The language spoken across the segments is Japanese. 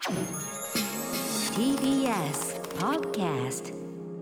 TBS Podcast。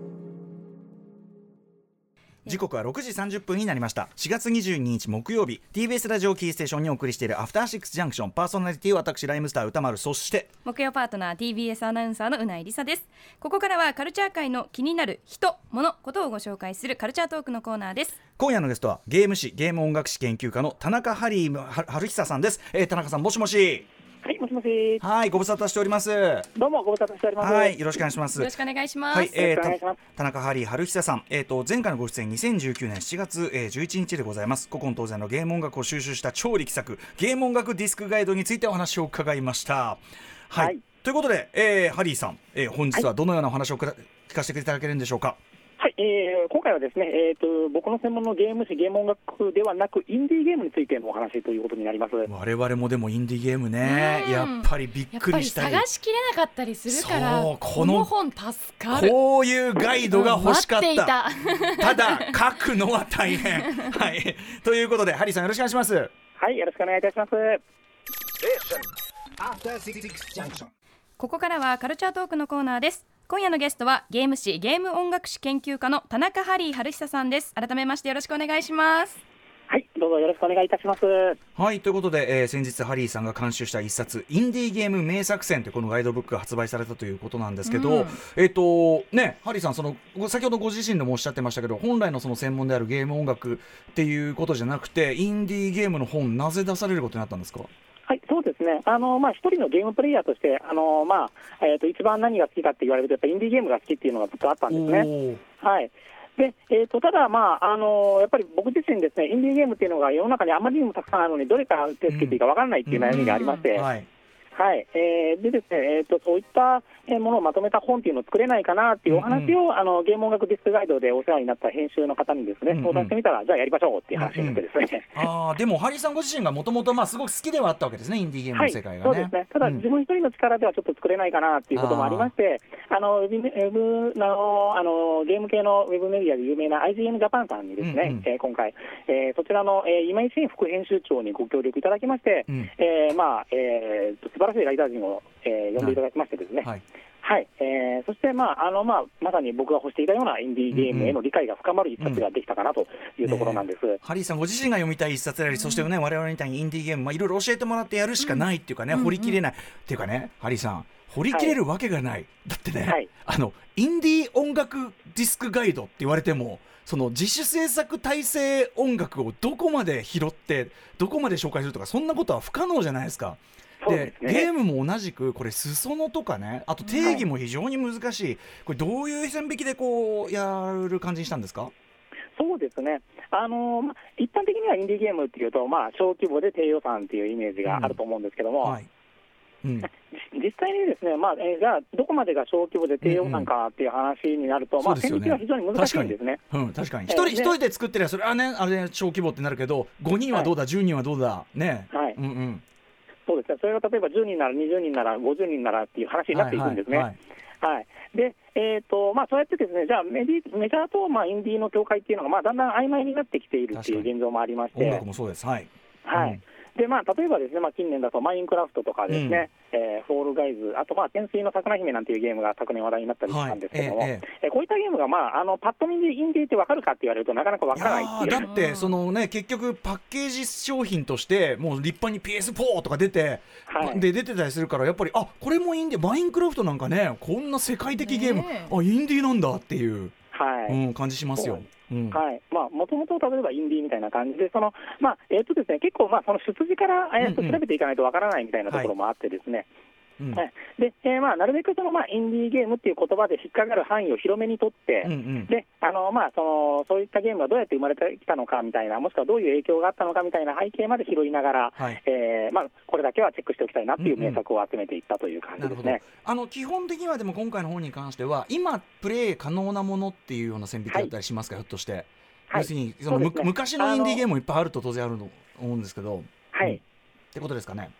時刻は6時30分になりました。4月22日木曜日、 TBS ラジオキーステーションにお送りしているアフターシックスジャンクション、パーソナリティは私ライムスター歌丸、そして木曜パートナー TBS アナウンサーのうないりさです。ここからはカルチャー界の気になる人、物、ことをご紹介するカルチャートークのコーナーです。 今夜のゲストはゲーム誌ゲーム音楽史研究家の田中ハリー春久さんです。田中さん、もしもし。 はい、もしもし。 はい、ご無沙汰しております。 どうもご無沙汰しております。 はい、よろしくお願いします。 よろしくお願いします。 はい、 よろしくお願いします。 田中ハリー春久さん、前回のご出演2019年7月、11日でございます。古今東西のゲーム音楽を収集した超力作ゲーム音楽ディスクガイドについてお話を伺いました。はい、はい、ということで、ハリーさん、本日はどのようなお話を聞かせていただけるんでしょうか。 はい、今回はですね、僕の専門のゲーム誌ゲーム音楽ではなくインディーゲームについてのお話ということになります。 我々もでもインディーゲームね、やっぱりびっくりしたり、 やっぱり探しきれなかったりするから、この本助かる。 こういうガイドが欲しかった、ただ書くのは大変はい、ということでハリーさん、よろしくお願いします。 はい、よろしくお願いいたします。 ここからはカルチャートークのコーナーです。今夜のゲストはゲーム誌ゲーム音楽史研究家の田中ハリー春久さんです。改めましてよろしくお願いします。 はい、どうぞよろしくお願いいたします。 はい、ということで、先日ハリーさんが監修した一冊インディーゲーム名作選というこのガイドブックが発売されたということなんですけど、ね、ハリーさん、先ほどご自身でもおっしゃってましたけど、本来のその専門であるゲーム音楽っていうことじゃなくてインディーゲームの本、なぜ出されることになったんですか。 はい、そうですね。一人のゲームプレイヤーとして、一番何が好きかって言われると、やっぱりインディーゲームが好きっていうのがずっとあったんですね。はい。で、ただ、やっぱり僕自身ですね、インディーゲームっていうのが世の中にあまりにもたくさんあるのに、どれから手つけていいか分からないっていう悩みがありまして、はい、でですね、そういったものをまとめた本っていうのを作れないかなっていうお話を、ゲーム音楽ディスクガイドでお世話になった編集の方にですね、相談してみたら、じゃあやりましょうっていう話になってですね。 でもハリーさんご自身がもともとすごく好きではあったわけですね、インディーゲームの世界がね。 はい、そうですね。ただ、自分一人の力ではちょっと作れないかなっていうこともありまして、ゲーム系のウェブメディアで有名な IGN ジャパンさんにですね、今回、そちらの、今井新副編集長にご協力いただきまして、素晴らしいライター陣を、呼んでいただきましてですね、そして、まさに僕が欲していたようなインディーゲームへの理解が深まる一冊ができたかなというところなんです。 ハリーさんご自身が読みたい一冊であり、そしてね、我々みたいにインディーゲーム、いろいろ教えてもらってやるしかないっていうかね、掘りきれないっていうかね、ハリーさん掘りきれるわけがない、だってね、インディー音楽ディスクガイドって言われても、その自主制作体制音楽をどこまで拾ってどこまで紹介するとか、そんなことは不可能じゃないですか。でゲームも同じくこれ裾野とかね、あと定義も非常に難しい、これどういう線引きでこうやる感じにしたんですか。 そうですね、一般的にはインディーゲームっていうと、小規模で低予算っていうイメージがあると思うんですけども、実際にですね、じゃあどこまでが小規模で低予算かっていう話になると、線引きは非常に難しいんですね。 確かに一人で作ってりゃそれはね、あれ小規模ってなるけど、5人はどうだ、10人はどうだね。 そうですね、それが例えば10人なら20人なら50人ならっていう話になっていくんですね。でそうやってですね、じゃあメジャーとインディーの境界っていうのがだんだん曖昧になってきているっていう現状もありまして、 音楽もそうです。 で例えばですね、近年だとマインクラフトとかですね、フォールガイズ、あと天水の桜姫なんていうゲームが昨年話題になったりしたんですけども、こういったゲームがパッと見でインディーって分かるかって言われるとなかなか分からないっていう。 だってそのね、結局パッケージ商品としてもう立派に PS4 とか出て、で出てたりするから、やっぱりこれもインディー、マインクラフトなんかね、こんな世界的ゲーム、インディーなんだっていう、感じしますよ。もともと例えばインディーみたいな感じで、ですね、結構その出自から調べていかないとわからないみたいなところもあってですね、でなるべくインディーゲームっていう言葉で引っかかる範囲を広めにとって、でそういったゲームがどうやって生まれてきたのかみたいな、もしくはどういう影響があったのかみたいな背景まで拾いながら、これだけはチェックしておきたいなっていう名作を集めていったという感じですね。 基本的にはでも今回の本に関しては今プレイ可能なものっていうような線引きだったりしますか、ひょっとして。要するに昔のインディーゲームもいっぱいあると当然あると思うんですけど、ってことですかね。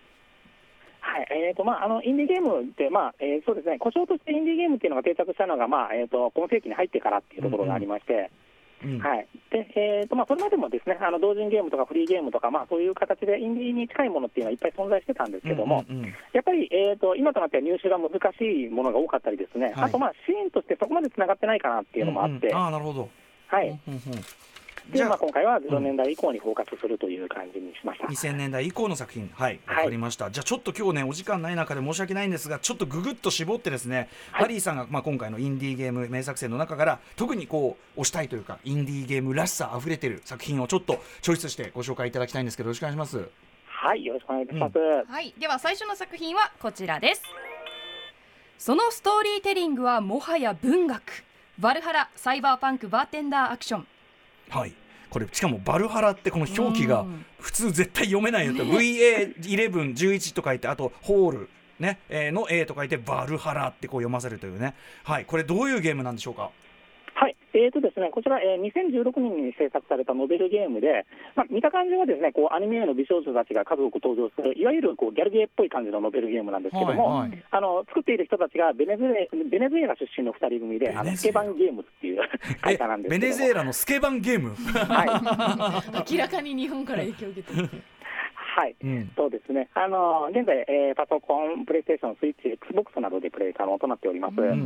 インディーゲームって、そうですね、故障としてインディーゲームっていうのが定着したのが、今世紀に入ってからっていうところがありまして、 はいでそれまでもですね同人ゲームとかフリーゲームとか、そういう形でインディーに近いものっていうのはいっぱい存在してたんですけども、やっぱり、今となっては入手が難しいものが多かったりですね、あとシーンとしてそこまでつながってないかなっていうのもあって、 なるほど、 はい、で今回は0年代以降にフォーカスするという感じにしました。 2000年代以降の作品、はい、わかりました。じゃあちょっと今日ねお時間ない中で申し訳ないんですが、ちょっとググッと絞ってですね、ハリーさんが、今回のインディーゲーム名作選の中から特にこう推したいというかインディーゲームらしさあふれてる作品をちょっとチョイスしてご紹介いただきたいんですけど、よろしくお願いします。 はい、よろしくお願いします。 はい、では最初の作品はこちらです。そのストーリーテリングはもはや文学、バルハラサイバーパンクバーテンダーアクション。 はい、これしかもバルハラってこの表記が普通絶対読めないよと、VA11 11と書いて、あとホールね、の A と書いてバルハラってこう読ませるというね。はい、これどういうゲームなんでしょうか。 はい、ですね、こちら、2016年に制作されたノベルゲームで、見た感じはですね、こうアニメの美少女たちが数多く登場するいわゆるこうギャルゲーっぽい感じのノベルゲームなんですけども、作っている人たちがベネズエラ出身の2人組でスケバンゲームズっていう会社なんですけども、 ベネズエラのスケバンゲームはい、明らかに日本から影響を受けてるはい、そうですね、現在、パソコン、プレイステーション、スイッチ、Xbox などでプレイ可能となっております。はい、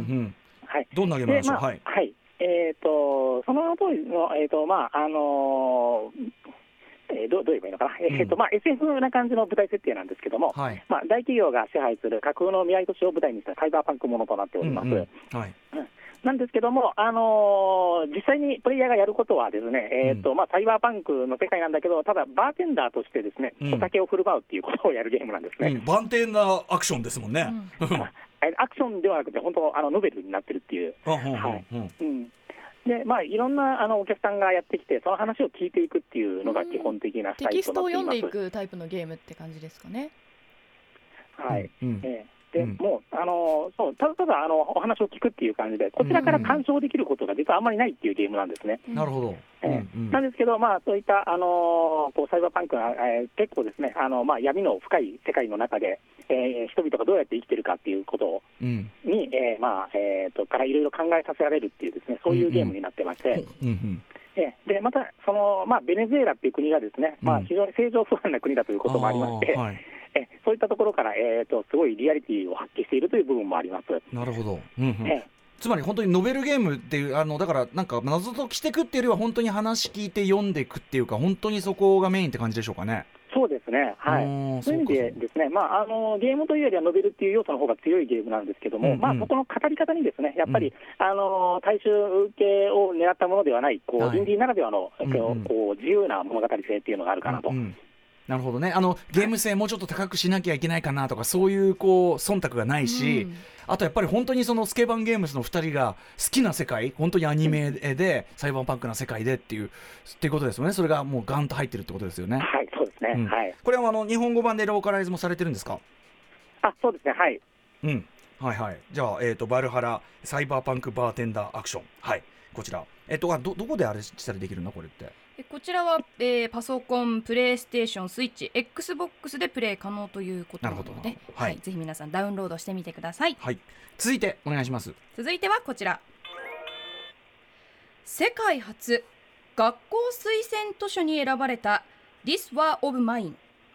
どんなゲームなんでしょう。はい、 その通りの、どう言えばいいのかな、SF な感じの舞台設定なんですけども、大企業が支配する架空の未来都市を舞台にしたサイバーパンクものとなっております。なんですけども、実際にプレイヤーがやることはですね、サイバーパンクの世界なんだけど、ただバーテンダーとしてですね、お酒を振る舞うっていうことをやるゲームなんですね。 バーテンダーアクションですもんね。 アクションではなくて本当ノベルになってるっていう。でいろんなお客さんがやってきてその話を聞いていくっていうのが基本的なスタイルとなっています。テキストを読んでいくタイプのゲームって感じですかね。はい、でもうそうただお話を聞くっていう感じで、こちらから鑑賞できることが実はあんまりないっていうゲームなんですね。 なるほど。 なんですけど、そういったこうサイバーパンクが、結構ですね闇の深い世界の中で、人々がどうやって生きてるかっていうことに、からいろいろ考えさせられるっていうですね、そういうゲームになってまして、でまたベネズエラっていう国がですね、非常に政情不安な国だということもありまして、そういったところから、すごいリアリティを発揮しているという部分もあります。 なるほど。つまり本当にノベルゲームっていうだからなんか謎解きしていくっていうよりは本当に話聞いて読んでいくっていうか、本当にそこがメインって感じでしょうかね。 そうですね、はい、そういう意味でですね、ゲームというよりはノベルっていう要素の方が強いゲームなんですけども、そこの語り方にですねやっぱり、大衆受けを狙ったものではない、インディーならではの、自由な物語性っていうのがあるかなと。 なるほどね。ゲーム性もうちょっと高くしなきゃいけないかなとか、そういう忖度がないし、あとやっぱり本当にそのスケバンゲームズの2人が好きな世界、本当にアニメで、サイバーパンクな世界でっていうことですよね。それがもうガンと入ってるってことですよね。 はい、そうですね。 これは日本語版でローカライズもされてるんですか。 そうですね。はい。 じゃあ、バルハラサイバーパンクバーテンダーアクション、こちらどこであれしたりできるのこれって。 こちらは、パソコン、プレイステーション、スイッチ、Xbox でプレイ可能ということなので、ぜひ皆さんダウンロードしてみてください。 続いてお願いします。 続いてはこちら、世界初学校推薦図書に選ばれた This War of Mine。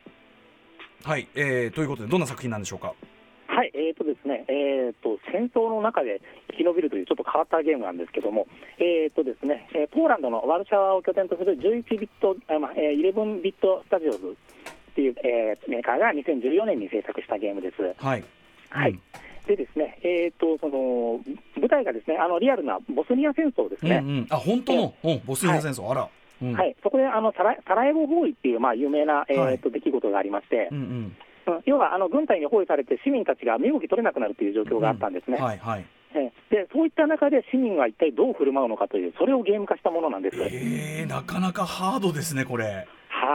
ということでどんな作品なんでしょうか。 ですね、戦争の中で生き延びるというちょっと変わったゲームなんですけども、ですね、ポーランドのワルシャワを拠点とする11ビット、11ビットスタジオズっていう、メーカーが2014年に制作したゲームです。でですね、その舞台がですね、リアルなボスニア戦争ですね。 本当の、ボスニア戦争、 そこでサラエボ包囲っていう有名な、出来事がありまして、要は軍隊に包囲されて市民たちが身動き取れなくなるという状況があったんですね。でそういった中で市民は一体どう振る舞うのかという、それをゲーム化したものなんです。 なかなかハードですねこれ。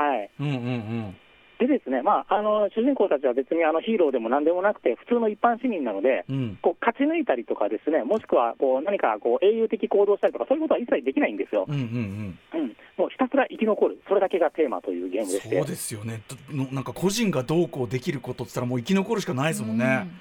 でですね、主人公たちは別にヒーローでもなんでもなくて普通の一般市民なので、勝ち抜いたりとかですね、もしくは何か英雄的行動したりとか、そういうことは一切できないんですよ。もうひたすら生き残る、それだけがテーマというゲームでして。 そうですよね。なんか個人がどうこうできることって言ったらもう生き残るしかないですもんね。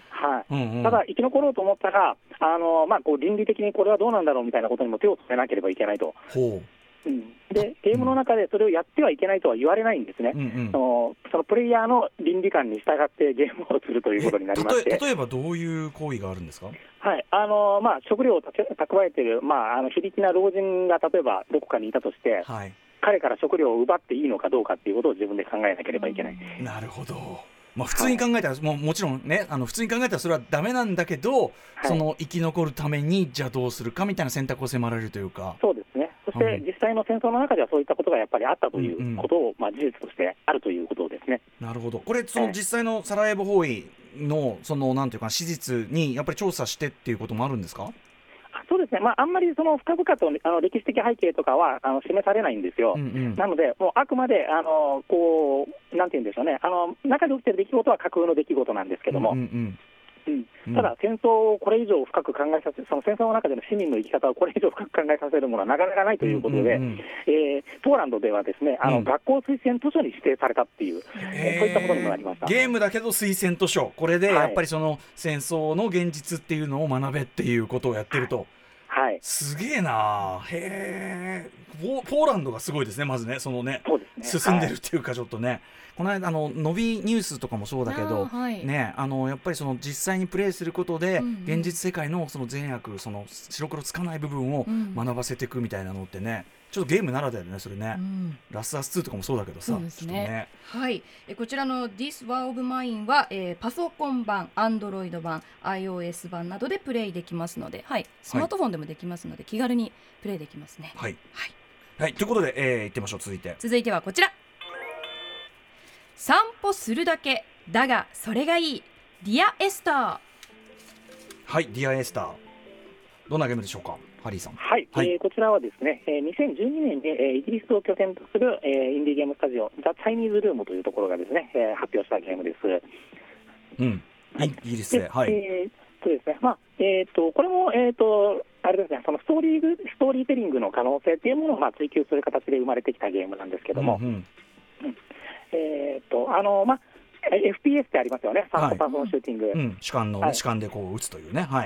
ただ生き残ろうと思ったらこう倫理的にこれはどうなんだろうみたいなことにも手をつけなければいけないと。でゲームの中でそれをやってはいけないとは言われないんですね、そのプレイヤーの倫理観に従ってゲームをするということになりまして、 例えばどういう行為があるんですか？ はい、食料を蓄えている、非力な老人が例えばどこかにいたとして、はい、彼から食料を奪っていいのかどうかっていうことを自分で考えなければいけない。 なるほど。普通に考えたら、もちろんね普通に考えたらそれはダメなんだけど、その生き残るためにじゃあどうするかみたいな選択を迫られるというか。 そうですね。そして実際の戦争の中ではそういったことがやっぱりあったということを、事実としてあるということですね。 なるほど。これその実際のサラエボ包囲のそのなんていうか史実にやっぱり調査してっていうこともあるんですか？ そうですね、あんまりその深々と歴史的背景とかは示されないんですよ。なので、もうあくまでなんていうんでしょうね、中で起きている出来事は架空の出来事なんですけども、ただ、戦争をこれ以上深く考えさせ、その戦争の中での市民の生き方をこれ以上深く考えさせるものはなかなかないということで、ポーランドではですね、学校推薦図書に指定されたっていう、そういったことにもなりました。 ゲームだけど推薦図書、これでやっぱりその戦争の現実っていうのを学べっていうことをやってると。はい、すげえな。へえ。ポーランドがすごいですね、まずね、そのね、進んでるっていうか、ちょっとね、この間ノビニュースとかもそうだけど、ね、やっぱりその実際にプレイすることで、現実世界のその善悪、その白黒つかない部分を学ばせていくみたいなのってね、ちょっとゲームならではだよね、それね。ラスアス2とかもそうだけどさ。そうですね。 はい。こちらの This War of Mine は、パソコン版、Android 版、iOS 版などでプレイできますので、はい、スマートフォンでもできますので、気軽にプレイできますね。 はい。はい。ということで、行ってみましょう。続いてはこちら。散歩するだけだがそれがいい。ディアエスター。 はい、ディアエスター。どんなゲームでしょうか、ハリーさん。 はい、こちらはですね、2012年に、イギリスを拠点とする、インディーゲームスタジオザ・チャイニーズルームというところがですね、発表したゲームです。 イギリスで、はい。 そうですね。これもあれですね、そのストーリーテリングの可能性っていうものを追求する形で生まれてきたゲームなんですけども、FPS ってありますよね、ファーストパーソンシューティング、 主観でこう撃つというね、はい、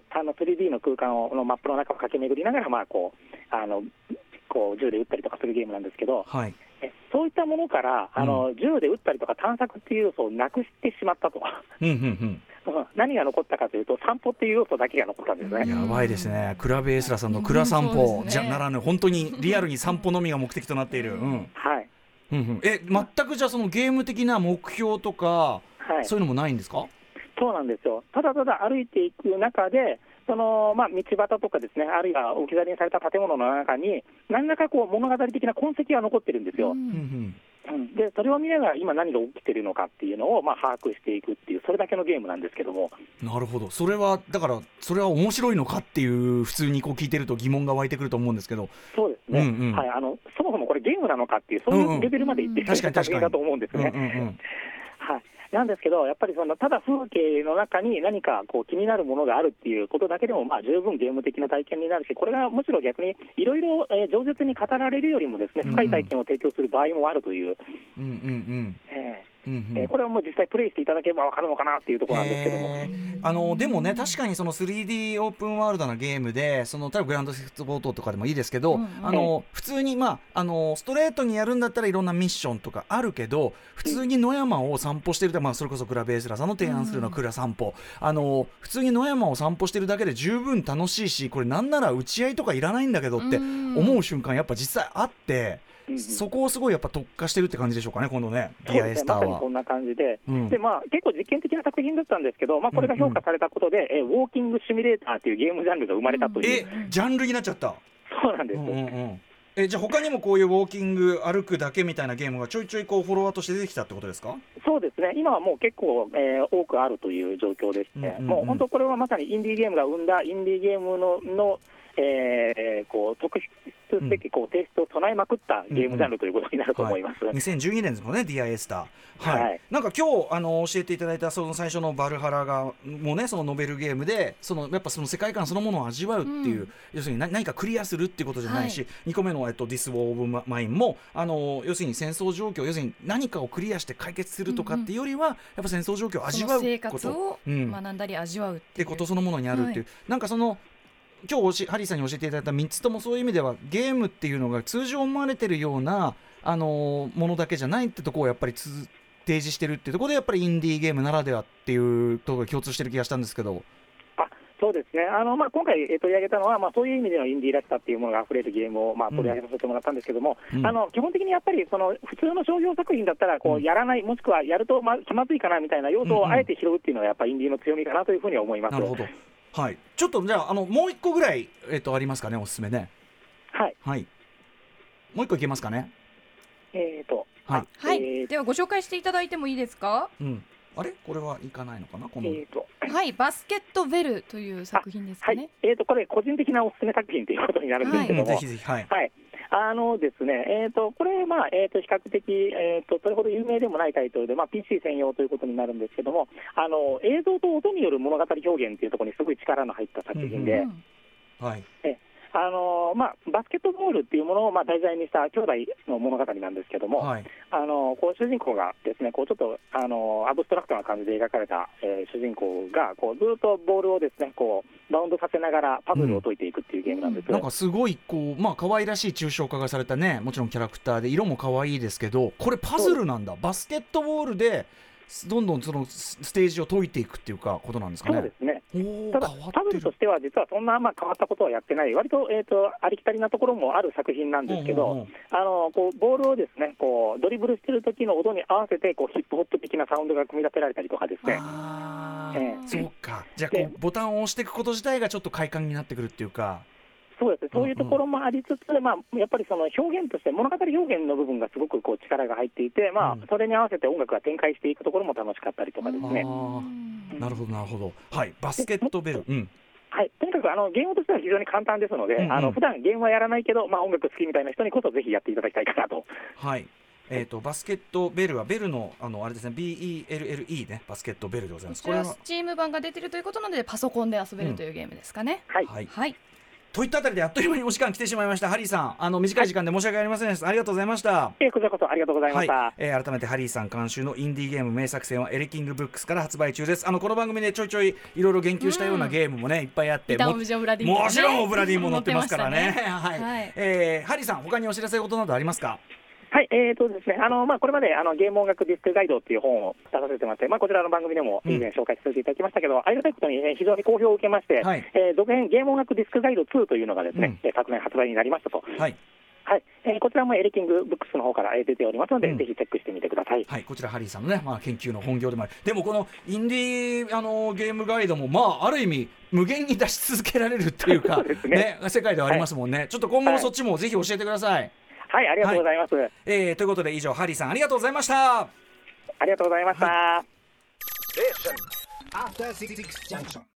3D の空間のマップの中を駆け巡りながら、こう銃で撃ったりとかするゲームなんですけど、そういったものから、銃で撃ったりとか探索っていう要素をなくしてしまったと。何が残ったかというと、散歩っていう要素だけが残ったんですね。 やばいですね。クラベエスラさんのクラ散歩じゃならぬ、本当にリアルに散歩のみが目的となっている。 はい。 全くじゃあそのゲーム的な目標とか、そういうのもないんですか？ そうなんですよ。ただただ歩いていく中で、道端とかですね、あるいは置き去りにされた建物の中に何らか物語的な痕跡が残ってるんですよ。でそれを見ながら今何が起きてるのかっていうのを把握していくっていう、それだけのゲームなんですけども。 なるほど。それは面白いのかっていう、普通に聞いてると疑問が湧いてくると思うんですけど。 そうですね、そもそもこれゲームなのかっていう、そういうレベルまでいってる作品だと思うんですね。なんですけど、やっぱりただ風景の中に何か気になるものがあるっていうことだけでも、十分ゲーム的な体験になるし、これがむしろ逆にいろいろ饒舌に語られるよりもですね、深い体験を提供する場合もあるという。これはもう実際プレイしていただければ分かるのかなっていうところなんですけども、 でもね、確かにその 3D オープンワールドなゲームで、例えばグランドセフトオートとかでもいいですけど、普通にストレートにやるんだったらいろんなミッションとかあるけど、普通に野山を散歩してる、それこそクラベエスラさんの提案するのはクラ散歩、普通に野山を散歩してるだけで十分楽しいし、これなんなら打ち合いとかいらないんだけどって思う瞬間やっぱ実際あって、そこをすごいやっぱ特化してるって感じでしょうかね、今度ね、ディアエスターは。 まさにそんな感じで、結構実験的な作品だったんですけど、これが評価されたことで、ウォーキングシミュレーターというゲームジャンルが生まれたという。 ジャンルになっちゃった。 そうなんです。 じゃあ他にもこういうウォーキング歩くだけみたいなゲームがちょいちょいフォロワーとして出てきたってことですか？ そうですね、今はもう結構、多くあるという状況でして、もう本当これはまさにインディーゲームが生んだインディーゲームのすべきこう提出を唱えまくったゲームジャンルということになると思います。 2012年ですもんね、DI エスター。なんか今日教えていただいたその最初のバルハラがもうね、そのノベルゲームでやっぱその世界観そのものを味わうっていう、要するに何かクリアするっていうことじゃないし、2個目のThis War of Mineも要するに戦争状況、要するに何かをクリアして解決するとかっていうよりは、やっぱ戦争状況を味わうこと、 生活を学んだり味わうっていうことそのものにあるっていう、なんかその今日ハリーさんに教えていただいた3つともそういう意味ではゲームっていうのが通常思われてるようなものだけじゃないってところをやっぱり提示してるっていうところで、やっぱりインディーゲームならではっていうところが共通してる気がしたんですけど。 そうですね、今回、取り上げたのは、そういう意味でのインディーらしさっていうものがあふれるゲームを、取り上げさせてもらったんですけども、基本的にやっぱりその普通の商業作品だったらやらない、もしくはやると気まずいかなみたいな要素をあえて拾うっていうのはやっぱりインディーの強みかなというふうに思います。 なるほど、はい、ちょっとじゃあ、もう一個ぐらい、ありますかね、おすすめね。はい、もう一個いけますかね。 ではご紹介していただいてもいいですか。 あれこれはいかないのかな、このバスケットベルという作品ですかね。 これ個人的なおすすめ作品ということになるんですけども、 ぜひぜひ、 ですね、これ、比較的、それほど有名でもないタイトルで、PC 専用ということになるんですけども、映像と音による物語表現というところにすごい力の入った作品で、バスケットボールっていうものを題材にした兄弟の物語なんですけども、主人公がですね、ちょっとアブストラクトな感じで描かれた、主人公がずっとボールをですね、バウンドさせながらパズルを解いていくっていうゲームなんです。 なんかすごい可愛らしい抽象化がされたね、もちろんキャラクターで色も可愛いですけど、これパズルなんだ。バスケットボールでどんどんそのステージを解いていくっていうことなんですかね。 そうですね。ただパズルとしては実はそんな変わったことはやってない、割と、ありきたりなところもある作品なんですけど、ボールをですねドリブルしてる時の音に合わせてヒップホップ的なサウンドが組み立てられたりとかですね。 そうか、じゃあボタンを押していくこと自体がちょっと快感になってくるっていうか。 そうですね、そういうところもありつつ、やっぱりその表現として物語表現の部分がすごく力が入っていて、それに合わせて音楽が展開していくところも楽しかったりとかですね。 なるほどなるほど。バスケットベル、とにかくゲームとしては非常に簡単ですので、普段ゲームはやらないけど、音楽好きみたいな人にこそぜひやっていただきたいかなと。 バスケットベルはベルのあれですね、BELLE ね、バスケットベルでございます。 これはスチーム版が出てるということなのでパソコンで遊べるというゲームですかね。 といったあたりであっという間にお時間来てしまいました。ハリーさん、短い時間で申し訳ありませんでした。ありがとうございました。 こちらこそありがとうございました。 改めてハリーさん監修のインディーゲーム名作戦はエレキングブックスから発売中です。この番組でちょいちょいいろいろ言及したようなゲームもね、いっぱいあって、もちろんオブラディも載ってますからね。ハリーさん、他にお知らせことなどありますか。 ですね、これまでゲーム音楽ディスクガイドっていう本を出させてまして、こちらの番組でも以前紹介させていただきましたけど、ありがたいことに、非常に好評を受けまして、続編ゲーム音楽ディスクガイド2というのがですね、昨年発売になりましたと。こちらもエレキングブックスの方から出ておりますので、ぜひチェックしてみてください。 こちらハリーさんのね、研究の本業でもある。でもこのインディーゲームガイドもある意味無限に出し続けられるっていうか世界ではありますもんね。ちょっと今後もそっちもぜひ教えてください。 ありがとうございます。 ということで以上、ハリーさんありがとうございました。 ありがとうございました。